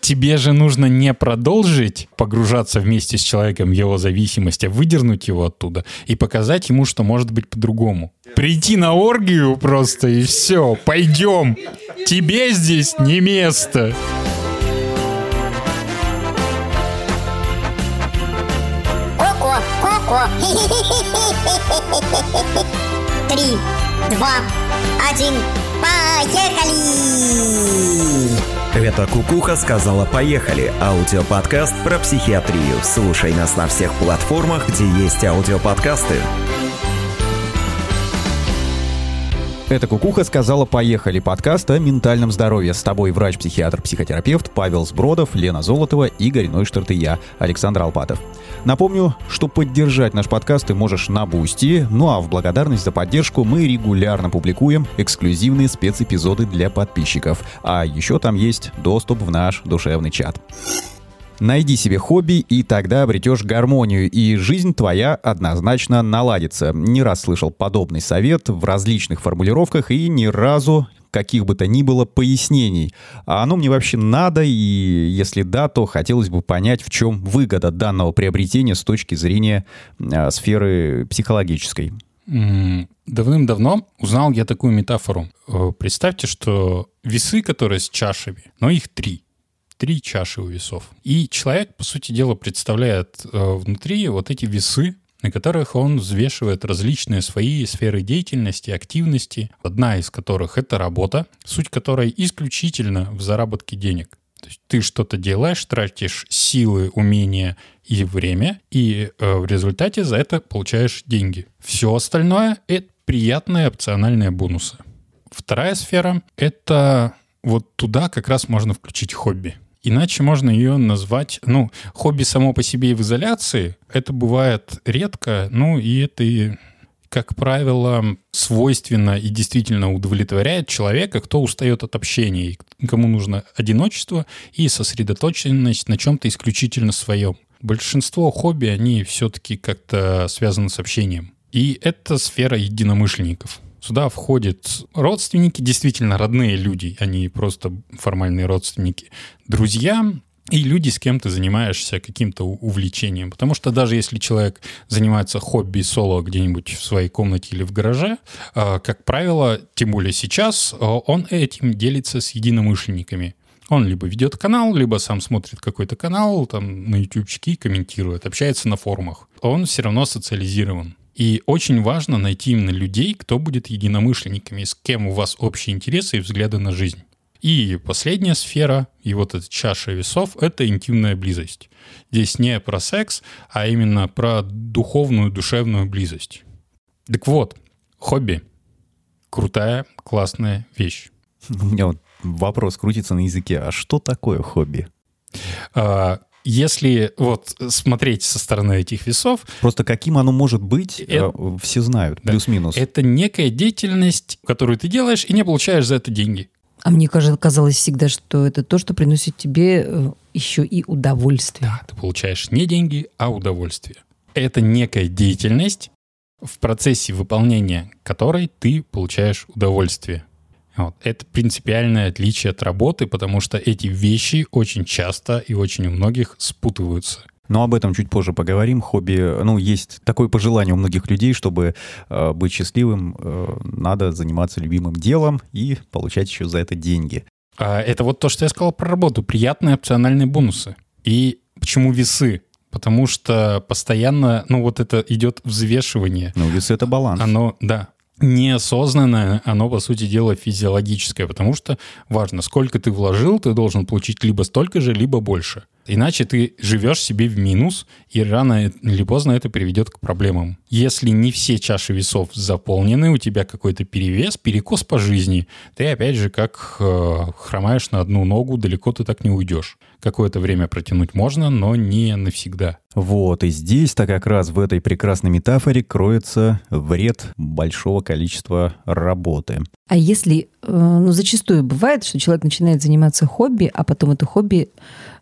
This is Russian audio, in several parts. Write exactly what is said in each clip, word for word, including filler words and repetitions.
тебе же нужно не продолжить погружаться вместе с человеком в его зависимость, а выдернуть его оттуда и показать ему, что может быть по-другому. Прийти на оргию просто и все, пойдем. Тебе здесь не место. Ко-ко, ко-ко. Три, два, один, поехали! Это Кукуха сказала «Поехали» – аудиоподкаст про психиатрию. Слушай нас на всех платформах, где есть аудиоподкасты. Это Кукуха сказала «Поехали» — подкаст о ментальном здоровье. С тобой врач-психиатр-психотерапевт Павел Сбродов, Лена Золотова, Игорь Нойштарт и я, Александр Алпатов. Напомню, что поддержать наш подкаст ты можешь на Бусти, ну а в благодарность за поддержку мы регулярно публикуем эксклюзивные спецэпизоды для подписчиков. А еще там есть доступ в наш душевный чат. Найди себе хобби, и тогда обретешь гармонию, и жизнь твоя однозначно наладится. Не раз слышал подобный совет в различных формулировках, и ни разу каких бы то ни было пояснений. А оно мне вообще надо, и если да, то хотелось бы понять, в чем выгода данного приобретения с точки зрения а, сферы психологической. Давным-давно узнал я такую метафору. Представьте, что весы, которые с чашами, но их три. Три чаши у весов. И человек, по сути дела, представляет э, внутри вот эти весы, на которых он взвешивает различные свои сферы деятельности, активности, одна из которых — это работа, суть которой исключительно в заработке денег. То есть ты что-то делаешь, тратишь силы, умения и время, и э, в результате за это получаешь деньги. Все остальное — это приятные опциональные бонусы. Вторая сфера — это вот туда как раз можно включить хобби. Иначе можно ее назвать, ну, хобби само по себе и в изоляции, это бывает редко, ну, и это, и, как правило, свойственно и действительно удовлетворяет человека, кто устает от общения, кому нужно одиночество и сосредоточенность на чем-то исключительно своем. Большинство хобби, они все-таки как-то связаны с общением. И это сфера единомышленников. Сюда входят родственники, действительно родные люди, а не просто формальные родственники, друзья и люди, с кем ты занимаешься каким-то увлечением. Потому что даже если человек занимается хобби соло где-нибудь в своей комнате или в гараже, как правило, тем более сейчас, он этим делится с единомышленниками. Он либо ведет канал, либо сам смотрит какой-то канал, там на ютубчике комментирует, общается на форумах. Он все равно социализирован. И очень важно найти именно людей, кто будет единомышленниками, с кем у вас общие интересы и взгляды на жизнь. И последняя сфера, и вот эта чаша весов, это интимная близость. Здесь не про секс, а именно про духовную, душевную близость. Так вот, хобби — крутая, классная вещь. У меня вот вопрос крутится на языке. А что такое хобби? А, Если вот смотреть со стороны этих весов... Просто каким оно может быть, это, все знают, да, плюс-минус. Это некая деятельность, которую ты делаешь, и не получаешь за это деньги. А мне казалось всегда, что это то, что приносит тебе еще и удовольствие. Да, ты получаешь не деньги, а удовольствие. Это некая деятельность, в процессе выполнения которой ты получаешь удовольствие. Вот. Это принципиальное отличие от работы, потому что эти вещи очень часто и очень у многих спутываются. Но об этом чуть позже поговорим. Хобби, ну, есть такое пожелание у многих людей, чтобы э, быть счастливым, э, надо заниматься любимым делом и получать еще за это деньги. А это вот то, что я сказал про работу. Приятные опциональные бонусы. И почему весы? Потому что постоянно, ну, вот это идет взвешивание. Ну, весы — это баланс. Оно, да. Неосознанное, оно, по сути дела, физиологическое, потому что важно, сколько ты вложил, ты должен получить либо столько же, либо больше. Иначе ты живешь себе в минус, и рано или поздно это приведет к проблемам. Если не все чаши весов заполнены, у тебя какой-то перевес, перекос по жизни, ты опять же как э, хромаешь на одну ногу, далеко ты так не уйдешь. Какое-то время протянуть можно, но не навсегда. Вот, и здесь-то как раз в этой прекрасной метафоре кроется вред большого количества работы. А если, ну, зачастую бывает, что человек начинает заниматься хобби, а потом это хобби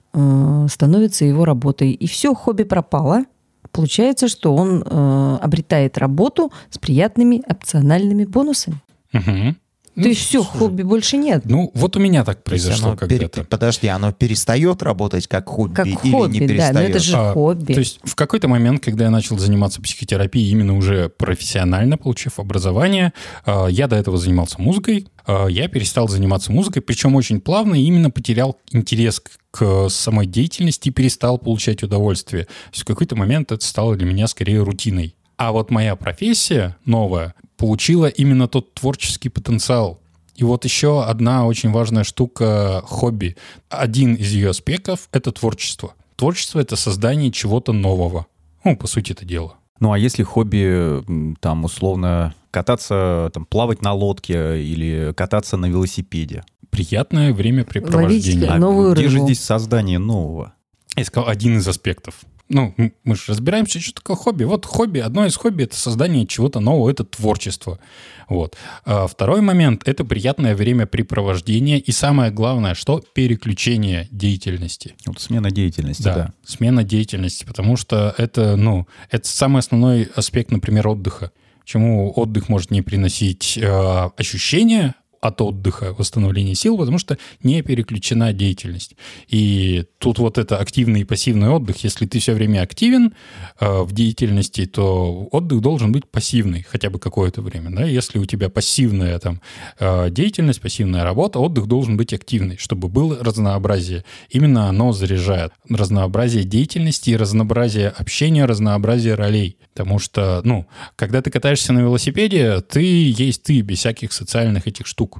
э, становится его работой, и все, хобби пропало. Получается, что он э, обретает работу с приятными опциональными бонусами. Угу. То есть все, хобби больше нет? Ну, вот у меня так То есть произошло оно пере- когда-то. Подожди, оно перестает работать как хобби Как или хобби, не да, перестает? но это же А, хобби. То есть в какой-то момент, когда я начал заниматься психотерапией, именно уже профессионально, получив образование, а, я до этого занимался музыкой, а, я перестал заниматься музыкой, причем очень плавно, и именно потерял интерес к к самой деятельности и перестал получать удовольствие. То есть в какой-то момент это стало для меня скорее рутиной. А вот моя профессия новая получила именно тот творческий потенциал. И вот еще одна очень важная штука — хобби. Один из ее аспектов — это творчество. Творчество — это создание чего-то нового. Ну, по сути, это дело. Ну, а если хобби, м, там, условно, кататься, там, плавать на лодке или кататься на велосипеде? Приятное времяпрепровождение. Ловить новую Где же рыбу. здесь создание нового? Я сказал, один из аспектов. Ну, м- мы же разбираемся, что такое хобби. Вот хобби, одно из хобби — это создание чего-то нового, это творчество. Вот. А второй момент — это приятное времяпрепровождение. И самое главное, что переключение деятельности. Вот смена деятельности, Да, да. смена деятельности, потому что это, ну, это самый основной аспект, например, отдыха. Чему отдых может не приносить э, ощущения от отдыха, восстановления сил, потому что не переключена деятельность. И тут вот это активный и пассивный отдых. Если ты все время активен э, в деятельности, то отдых должен быть пассивный хотя бы какое-то время. Да? Если у тебя пассивная там, э, деятельность, пассивная работа, отдых должен быть активный, чтобы было разнообразие. Именно оно заряжает. Разнообразие деятельности, разнообразие общения, разнообразие ролей. Потому что, ну, когда ты катаешься на велосипеде, ты есть ты, без всяких социальных этих штук.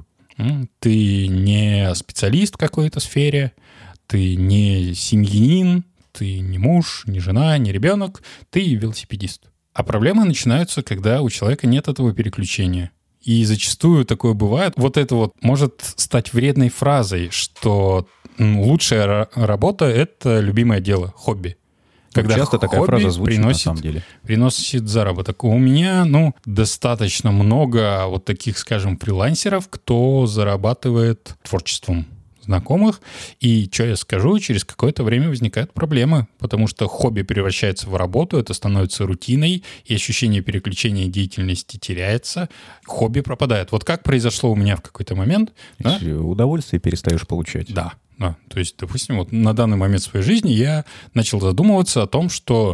Ты не специалист в какой-то сфере, ты не семьянин, ты не муж, не жена, не ребенок, ты велосипедист. А проблемы начинаются, когда у человека нет этого переключения. И зачастую такое бывает. Вот это вот может стать вредной фразой, что лучшая работа — это любимое дело, хобби. Когда часто такая хобби фраза звучит, приносит, на самом деле. приносит заработок. У меня, ну, достаточно много вот таких, скажем, фрилансеров, кто зарабатывает творчеством знакомых. И что я скажу, через какое-то время возникают проблемы, потому что хобби превращается в работу, это становится рутиной, и ощущение переключения деятельности теряется, хобби пропадает. Вот как произошло у меня в какой-то момент. Да? Удовольствие перестаешь получать. Да. Да, то есть, допустим, вот на данный момент своей жизни я начал задумываться о том, что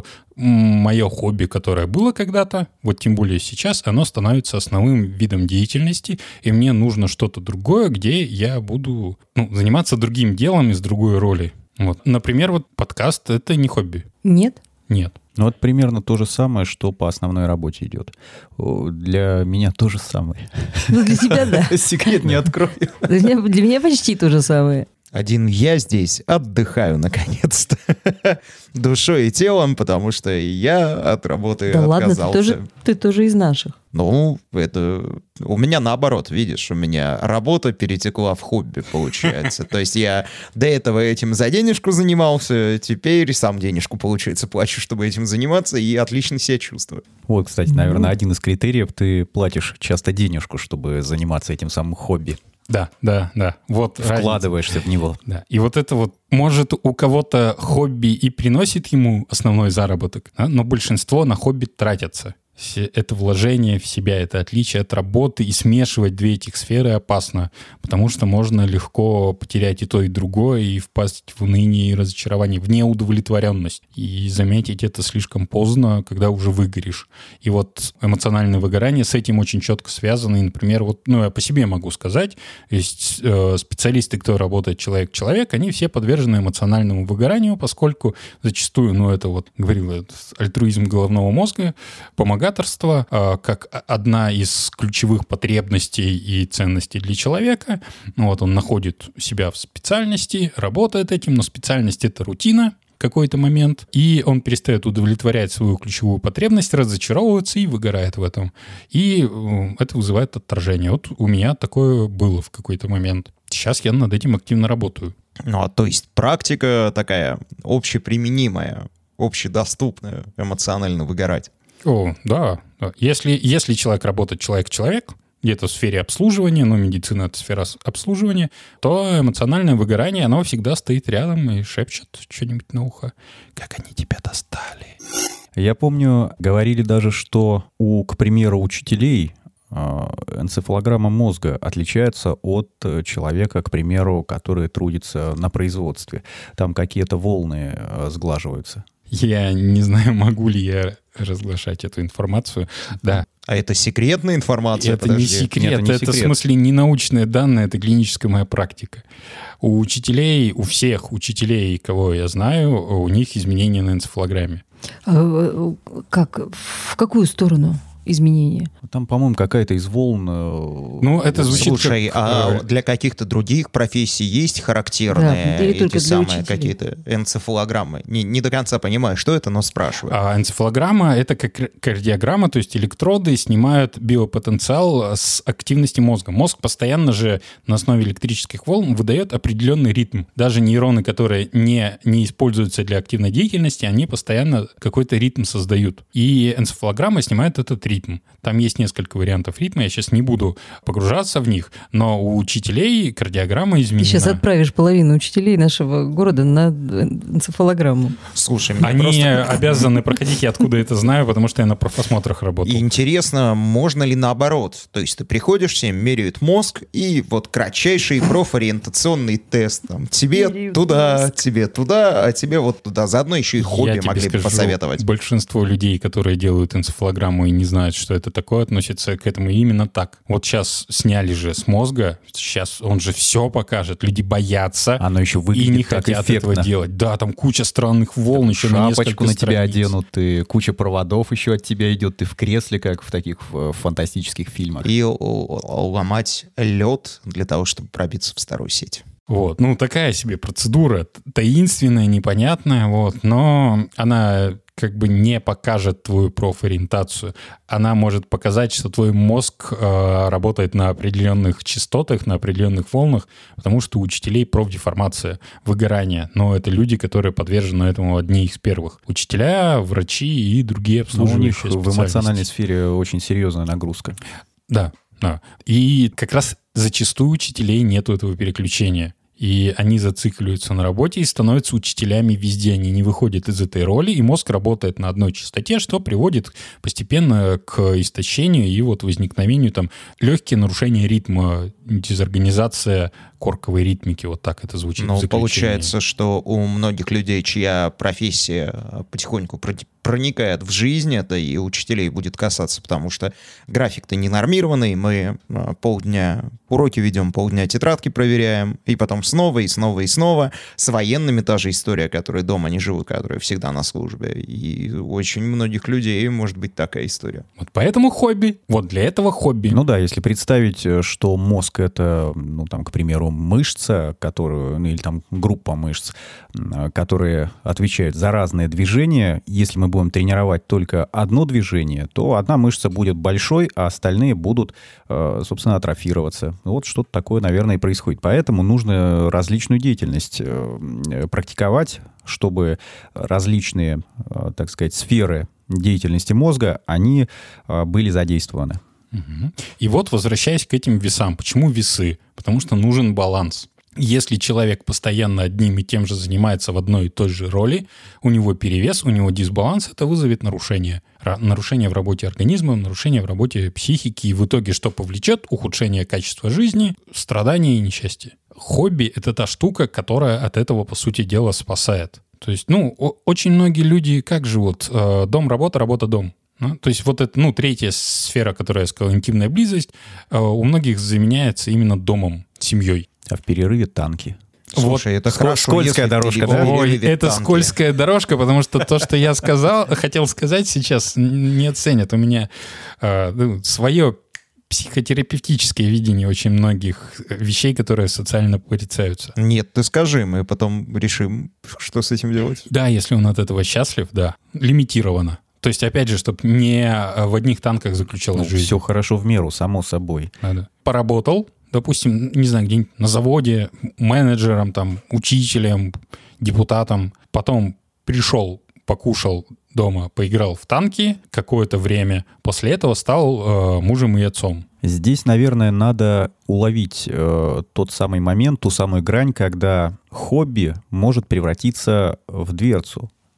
мое хобби, которое было когда-то, вот тем более сейчас, оно становится основным видом деятельности, и мне нужно что-то другое, где я буду, ну, заниматься другим делом из другой роли. Вот. Например, вот подкаст — это не хобби. Нет? Нет. Ну, вот примерно то же самое, что по основной работе идет. О, Для меня то же самое. Ну, для тебя да. Секрет не открою. Для меня, для меня почти то же самое. Один я здесь отдыхаю, наконец-то, душой и телом, потому что я от работы Да ладно, ты отказался. тоже, ты тоже из наших. Ну, это... У меня наоборот, видишь, у меня работа перетекла в хобби, получается. То есть я до этого этим за денежку занимался, теперь сам денежку, получается, плачу, чтобы этим заниматься, и отлично себя чувствую. Вот, кстати, наверное, один из критериев — ты платишь часто денежку, чтобы заниматься этим самым хобби. Да, да, да. Вот разница. Вкладываешься в него. Да. И вот это вот, может, у кого-то хобби и приносит ему основной заработок, да, но большинство на хобби тратятся. Это вложение в себя, это отличие от работы, и смешивать две этих сферы опасно, потому что можно легко потерять и то, и другое, и впасть в уныние и разочарование, в неудовлетворенность. И заметить это слишком поздно, когда уже выгоришь. И вот эмоциональное выгорание с этим очень четко связано. И, например, вот, ну, я по себе могу сказать, есть э, специалисты, кто работает человек-человек, они все подвержены эмоциональному выгоранию, поскольку зачастую, ну, это вот, говорил, это альтруизм головного мозга, помогает как одна из ключевых потребностей и ценностей для человека. Вот он находит себя в специальности, работает этим, но специальность — это рутина в какой-то момент, и он перестает удовлетворять свою ключевую потребность, разочаровывается и выгорает в этом. И это вызывает отторжение. Вот у меня такое было в какой-то момент. Сейчас я над этим активно работаю. Ну, а то есть практика такая общеприменимая, общедоступная, эмоционально выгорать. О, да. Если, если человек работает человек-человек, где-то в сфере обслуживания, ну, медицина — это сфера обслуживания, то эмоциональное выгорание, оно всегда стоит рядом и шепчет что-нибудь на ухо. Как они тебя достали. Я помню, говорили даже, что у, к примеру, учителей энцефалограмма мозга отличается от человека, к примеру, который трудится на производстве? Там какие-то волны сглаживаются. Я не знаю, могу ли я разглашать эту информацию. Да. А это секретная информация? Это не секрет, Нет, это, не это секрет. в смысле не научные данные, это клиническая моя практика. У учителей, у всех учителей, кого я знаю, у них изменения на энцефалограмме. А, как? В какую сторону изменения? Там, по-моему, какая-то из волн... Ну, это звучит Слушай, как... а для каких-то других профессий есть характерные Да, или только эти для самые учителей? какие-то энцефалограммы? Не, не до конца понимаю, что это, но спрашиваю. А энцефалограмма — это как кардиограмма, то есть электроды снимают биопотенциал с активности мозга. Мозг постоянно же на основе электрических волн выдает определенный ритм. Даже нейроны, которые не, не используются для активной деятельности, они постоянно какой-то ритм создают. И энцефалограмма снимает этот ритм. Там есть несколько вариантов ритма, я сейчас не буду погружаться в них, но у учителей кардиограмма изменена. Ты сейчас отправишь половину учителей нашего города на энцефалограмму. Слушай, мне Они просто обязаны проходить, я откуда это знаю, потому что я на профосмотрах работал. интересно, можно ли наоборот? То есть ты приходишь, тебе меряют мозг, и вот кратчайший профориентационный тест. Там, тебе Меряют туда, мозг. тебе туда, а тебе вот туда. Заодно еще и хобби Я тебе могли бы скажу, посоветовать. большинство людей, которые делают энцефалограмму и не знают, что это такое, относятся к этому именно так. Вот сейчас сняли же с мозга, сейчас он же все покажет. Люди боятся Оно еще и выглядит не так хотят эффектно. этого делать. Да, там куча странных волн еще на несколько Шапочку на тебя страниц. оденут, и куча проводов еще от тебя идет, ты в кресле, как в таких э, фантастических фильмах. И л- л- ломать лед для того, чтобы пробиться в старую сеть. Вот, ну такая себе процедура, таинственная, непонятная, вот, но она как бы не покажет твою профориентацию. Она может показать, что твой мозг э, работает на определенных частотах, на определенных волнах, потому что у учителей профдеформация, выгорание. Но это люди, которые подвержены этому одни из первых. Учителя, врачи и другие Но у них обслуживающие в эмоциональной специальности. сфере очень серьезная нагрузка. Да, да. И как раз зачастую у учителей нету этого переключения. И они зацикливаются на работе и становятся учителями везде. Они не выходят из этой роли, и мозг работает на одной частоте, что приводит постепенно к истощению и вот возникновению там легкие нарушения ритма, дезорганизация корковой ритмики. Вот так это звучит. в Ну, заключении. получается, что у многих людей, чья профессия потихоньку про- проникает в жизнь, это и учителей будет касаться, потому что график-то ненормированный, мы а, полдня уроки ведем, полдня тетрадки проверяем, и потом снова, и снова, и снова. С военными та же история, которые дома не живут, которые всегда на службе. И у очень многих людей может быть такая история. Вот поэтому хобби. Вот для этого хобби. Ну да, если представить, что мозг — это, ну там, к примеру, мышца, которую, ну или там группа мышц, м, которые отвечают за разные движения, если мы будем тренировать только одно движение, то одна мышца будет большой, а остальные будут, э, собственно, атрофироваться. Вот что-то такое, наверное, и происходит. Поэтому нужно различную деятельность э, практиковать, чтобы различные, э, так сказать, сферы деятельности мозга, они э, были задействованы. Мгм. И вот, возвращаясь к этим весам. Почему весы? Потому что нужен баланс. Если человек постоянно одним и тем же занимается в одной и той же роли, у него перевес, у него дисбаланс, это вызовет нарушение. Ра- нарушение в работе организма, нарушение в работе психики. И в итоге что повлечет? Ухудшение качества жизни, страдания и несчастье. Хобби — это та штука, которая от этого, по сути дела, спасает. То есть, ну, о- очень многие люди как живут? Э, Дом, работа, работа, дом. Ну, то есть вот это, ну, третья сфера, которую я сказал, интимная близость, э, у многих заменяется именно домом, семьей. А в перерыве танки. Слушай, это сколь- хорошо, скользкая если дорожка, в да? перерыве Ой, это танки. скользкая дорожка, потому что то, что я сказал, хотел сказать сейчас, не оценят. У меня э, ну, свое психотерапевтическое видение очень многих вещей, которые социально порицаются. Нет, ты скажи, мы потом решим, что с этим делать. Да, если он от этого счастлив, да, лимитированно. То есть, опять же, чтобы не в одних танках заключалась Ну, жизнь. все хорошо в меру, само собой. Надо. Поработал, допустим, не знаю, где-нибудь на заводе, менеджером, там, учителем, депутатом. Потом пришел, покушал дома, поиграл в танки какое-то время. После этого стал э, мужем и отцом. Здесь, наверное, надо уловить э, тот самый момент, ту самую грань, когда хобби может превратиться в дверцу.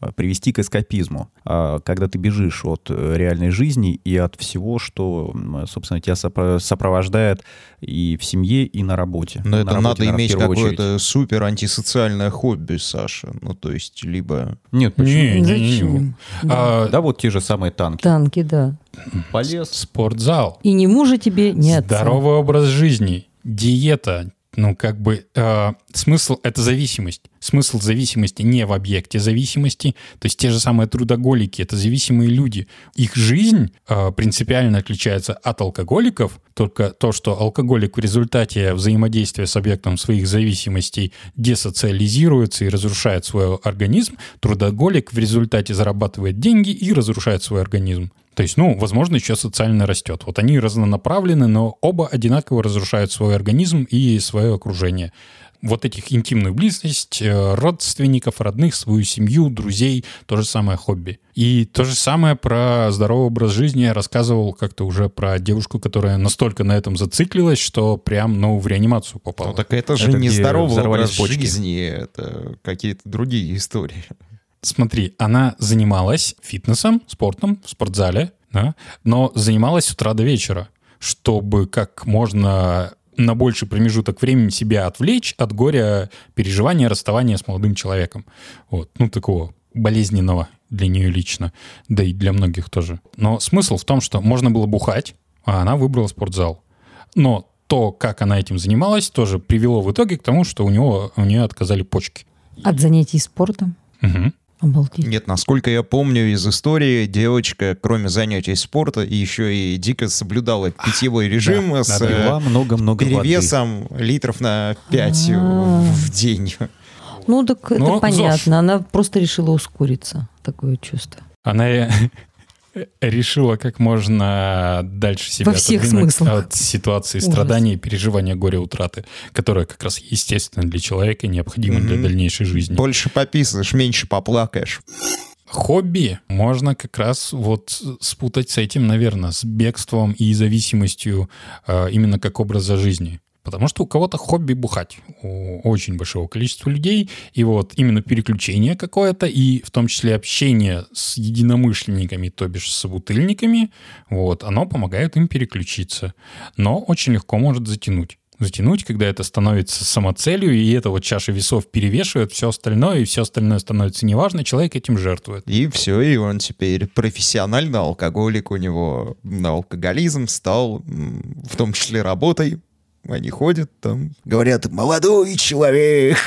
привести к эскапизму, а, когда ты бежишь от реальной жизни и от всего, что, собственно, тебя сопро- сопровождает и в семье, и на работе. Но на это работе, надо наверное, иметь в первую какое-то очередь. супер антисоциальное хобби, Саша. Ну, то есть, либо... Нет, почему? Не, не, не, Зачем? не. А, Да, вот те же самые танки. Танки, да. Полез. спортзал, И ни мужа тебе, ни отца. здоровый образ жизни, диета. Ну, как бы э, смысл — это зависимость. Смысл зависимости не в объекте зависимости. То есть те же самые трудоголики — это зависимые люди. Их жизнь э, принципиально отличается от алкоголиков. Только то, что алкоголик в результате взаимодействия с объектом своих зависимостей десоциализируется и разрушает свой организм, трудоголик в результате зарабатывает деньги и разрушает свой организм. То есть, ну, возможно, еще социально растет. Вот они разнонаправлены, но оба одинаково разрушают свой организм и свое окружение. Вот этих интимную близость, родственников, родных, свою семью, друзей, то же самое хобби. И то же самое про здоровый образ жизни я рассказывал как-то уже про девушку, которая настолько на этом зациклилась, что прям, ну, в реанимацию попала. Ну, так это же Это не где здоровый взорвались образ почки. жизни, это какие-то другие истории. Смотри, она занималась фитнесом, спортом в спортзале, да, но занималась с утра до вечера, чтобы как можно на больший промежуток времени себя отвлечь от горя переживания расставания с молодым человеком. Вот, ну, такого болезненного для нее лично, да и для многих тоже. Но смысл в том, что можно было бухать, а она выбрала спортзал. Но то, как она этим занималась, тоже привело в итоге к тому, что у, него, у нее отказали почки. От занятий спортом. Угу. Обалдеть. Нет, насколько я помню из истории, девочка, кроме занятий спорта, еще и дико соблюдала питьевой режим да, с да, э, Пила много-много воды. перевесом литров на пять А. в день. Ну, так это Ну, понятно. ЗОЖ. Она просто решила ускориться. Такое чувство. Она решила как можно дальше себя Во всех отодвинуть смыслах. от ситуации Ужас. страданий и переживания горя утраты, которая как раз естественно для человека и необходима для Мгм. дальнейшей жизни. Больше пописаешь, меньше поплакаешь. Хобби можно как раз вот спутать с этим, наверное, с бегством и зависимостью э, именно как образа жизни. Потому что у кого-то хобби бухать, у очень большого количества людей, и вот именно переключение какое-то, и в том числе общение с единомышленниками, то бишь с собутыльниками, вот, оно помогает им переключиться. Но очень легко может затянуть. Затянуть, когда это становится самоцелью, и это вот чаша весов перевешивает все остальное, и все остальное становится неважно, человек этим жертвует. И все, и он теперь профессиональный алкоголик, у него на алкоголизм стал, м, в том числе работой. Они ходят там, говорят, молодой человек,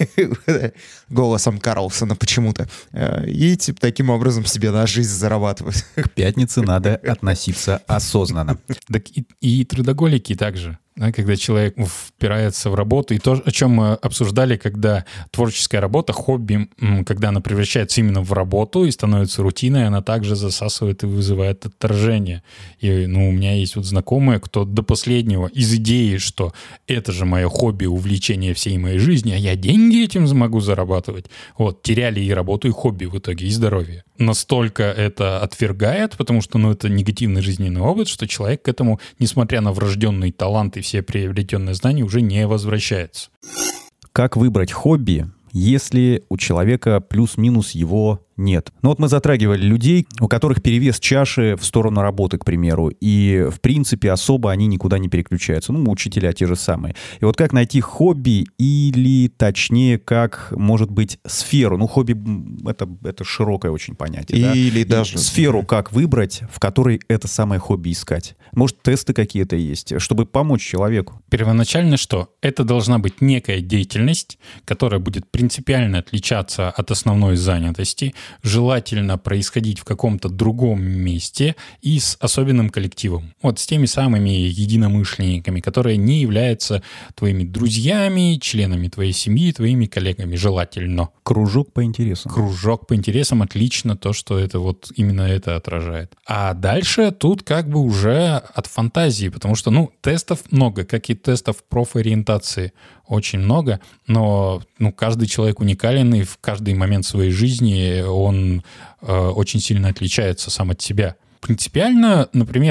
голосом Карлсона почему-то. И типа таким образом себе на жизнь зарабатывают. К пятнице надо относиться осознанно. Так и, и трудоголики также. Да, когда человек впирается в работу, и то, о чем мы обсуждали, когда творческая работа, хобби, м, когда она превращается именно в работу и становится рутиной, она также засасывает и вызывает отторжение. И ну, у меня есть вот знакомые, кто до последнего из идеи, что это же мое хобби, увлечение всей моей жизни, а я деньги этим могу зарабатывать, вот, теряли и работу, и хобби в итоге, и здоровье. Настолько это отвергает, потому что ну, это негативный жизненный опыт, что человек к этому, несмотря на врожденный талант и все приобретенные знания, уже не возвращается. Как выбрать хобби, если у человека плюс-минус его нет? Ну вот мы затрагивали людей, у которых перевес чаши в сторону работы, к примеру, и в принципе особо они никуда не переключаются. Ну, учителя те же самые. И вот как найти хобби или, точнее, как, может быть, сферу? Ну, хобби — это, это широкое очень понятие. Да? Или И даже... сферу как выбрать, в которой это самое хобби искать? Может, тесты какие-то есть, чтобы помочь человеку? Первоначально что? Это должна быть некая деятельность, которая будет принципиально отличаться от основной занятости, желательно происходить в каком-то другом месте и с особенным коллективом. Вот с теми самыми единомышленниками, которые не являются твоими друзьями, членами твоей семьи, твоими коллегами, желательно. Кружок по интересам. Кружок по интересам — отлично, то, что это вот именно это отражает. А дальше тут как бы уже от фантазии, потому что, ну, тестов много, как и тестов профориентации очень много, но ну, каждый человек уникален, и в каждый момент своей жизни он э, очень сильно отличается сам от себя. Принципиально, например,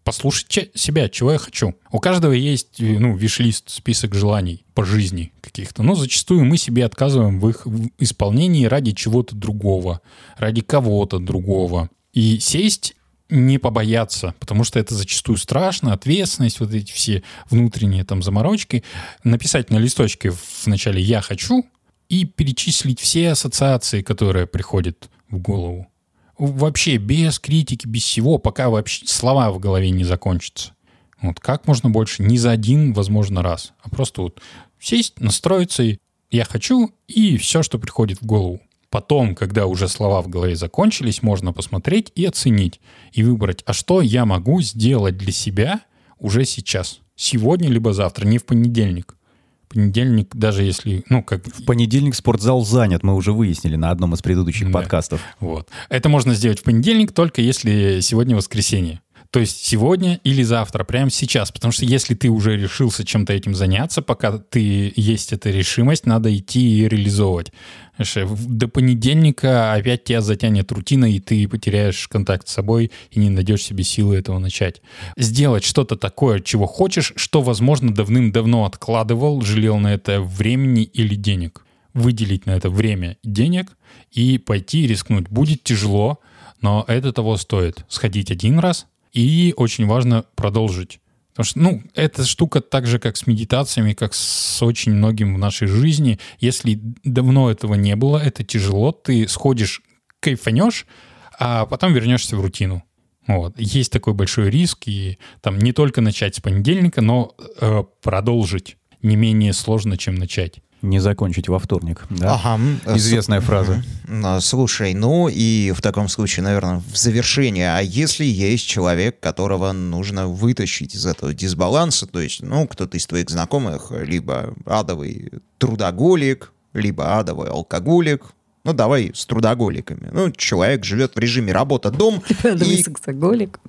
послушать че- себя, чего я хочу. У каждого есть, ну, виш-лист, список желаний по жизни каких-то. Но зачастую мы себе отказываем в их в исполнении ради чего-то другого, ради кого-то другого. И сесть, не побояться, потому что это зачастую страшно, ответственность, вот эти все внутренние там заморочки. Написать на листочке в начале «я хочу» и перечислить все ассоциации, которые приходят в голову. Вообще без критики, без всего, пока вообще слова в голове не закончатся. Вот как можно больше, не за один, возможно, раз, а просто вот сесть, настроиться, и «я хочу» и все, что приходит в голову. Потом, когда уже слова в голове закончились, можно посмотреть и оценить, и выбрать, а что я могу сделать для себя уже сейчас, сегодня либо завтра, не в понедельник. Понедельник, даже если, ну, как... В понедельник спортзал занят, мы уже выяснили на одном из предыдущих Да. подкастов. Вот. Это можно сделать в понедельник, только если сегодня воскресенье. То есть сегодня или завтра, прямо сейчас. Потому что если ты уже решился чем-то этим заняться, пока ты есть эта решимость, надо идти и реализовывать. До понедельника опять тебя затянет рутина, и ты потеряешь контакт с собой и не найдешь себе силы этого начать. Сделать что-то такое, чего хочешь, что, возможно, давным-давно откладывал, жалел на это времени или денег. Выделить на это время и денег и пойти и рискнуть. Будет тяжело, но это того стоит. Сходить один раз и очень важно продолжить. Потому что, ну, эта штука так же, как с медитациями, как с очень многим в нашей жизни. Если давно этого не было, это тяжело, ты сходишь, кайфанешь, а потом вернешься в рутину. Вот. Есть такой большой риск, и там не только начать с понедельника, но э, продолжить не менее сложно, чем начать. Не закончить во вторник, да? Ага. Известная фраза. А, Слушай, ну и в таком случае, наверное, в завершение, а если есть человек, которого нужно вытащить из этого дисбаланса, то есть, ну, кто-то из твоих знакомых, либо адовый трудоголик, либо адовый алкоголик, ну, давай с трудоголиками. Ну, человек живет в режиме работа-дом. Адовый и... сексоголик.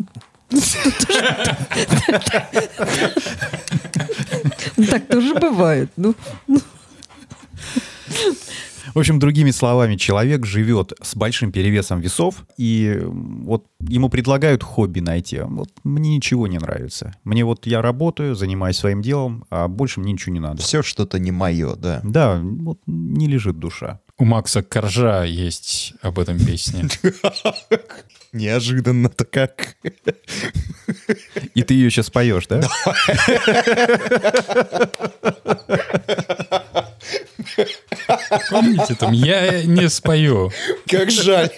Так тоже бывает. Ну, В общем, другими словами, человек живет с большим перевесом весов, и вот ему предлагают хобби найти. Вот мне ничего не нравится. Мне вот я работаю, занимаюсь своим делом, а больше мне ничего не надо. Все что-то не мое, да. Да, вот не лежит душа. У Макса Коржа есть об этом песня. Неожиданно-то как. И ты ее сейчас поешь, да? Помните там? Я не спою. Как жаль.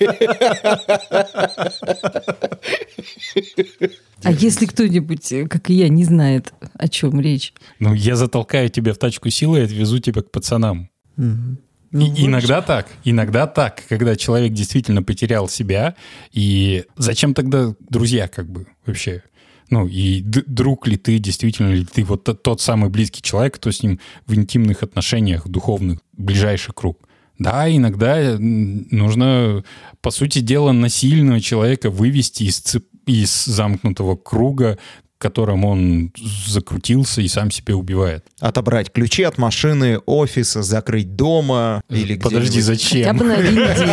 а если кто-нибудь, как и я, не знает, о чем речь? Ну, я затолкаю тебя в тачку силой и отвезу тебя к пацанам. Ну, И- вот иногда так, иногда так, когда человек действительно потерял себя, и зачем тогда друзья, как бы, вообще? Ну, и д- друг ли ты, действительно ли ты вот тот, тот самый близкий человек, кто с ним в интимных отношениях, духовных, ближайший круг? Да, иногда м, нужно, по сути дела, насильно человека вывести из, цеп- из замкнутого круга, в котором он закрутился и сам себя убивает. Отобрать ключи от машины, офиса, закрыть дома или Подожди, где-нибудь. Хотя зачем? бы на один день.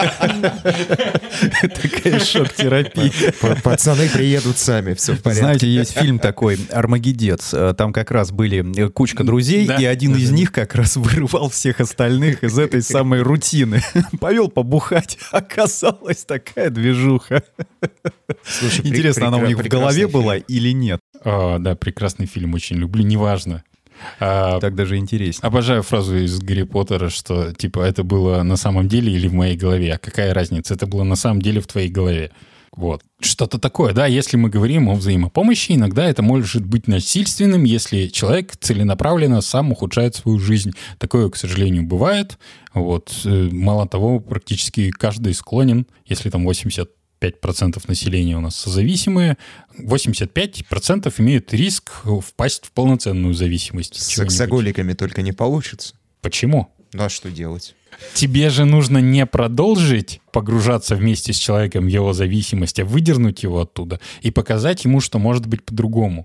Такая шок-терапия. П- Пацаны приедут сами, все в порядке. Знаете, есть фильм такой «Армагеддец». Э, Там как раз были э, кучка друзей, Да. и один из них как раз вырывал всех остальных из этой самой рутины. Повел побухать. Оказалась такая движуха. Слушай, при- Интересно, она у прекра- них в голове прекрасный была фильм. или нет? А, да, прекрасный фильм, очень люблю, неважно. А, Так даже интереснее. Обожаю фразу из Гарри Поттера, что типа это было на самом деле или в моей голове. А какая разница? Это было на самом деле в твоей голове. Вот. Что-то такое, да, если мы говорим о взаимопомощи, иногда это может быть насильственным, если человек целенаправленно сам ухудшает свою жизнь. Такое, к сожалению, бывает. Вот. Э, Мало того, практически каждый склонен, если там восемьдесят пять процентов населения у нас созависимые, восемьдесят пять процентов имеют риск впасть в полноценную зависимость. С чего-нибудь. сексоголиками только не получится. Почему? Ну а что делать? Тебе же нужно не продолжить погружаться вместе с человеком в его зависимость, а выдернуть его оттуда и показать ему, что может быть по-другому.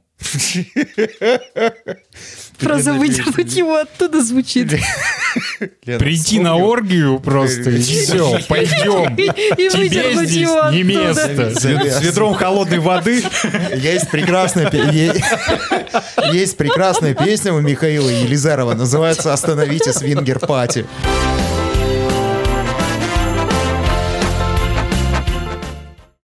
Фраза «выдернуть его оттуда» звучит. Прийти на оргию просто, и все, пойдем. И Тебе выдернуть здесь его не оттуда. место. С ведром холодной воды. Есть прекрасная, пе- е- есть прекрасная песня у Михаила Елизарова, называется «Остановите свингер-пати».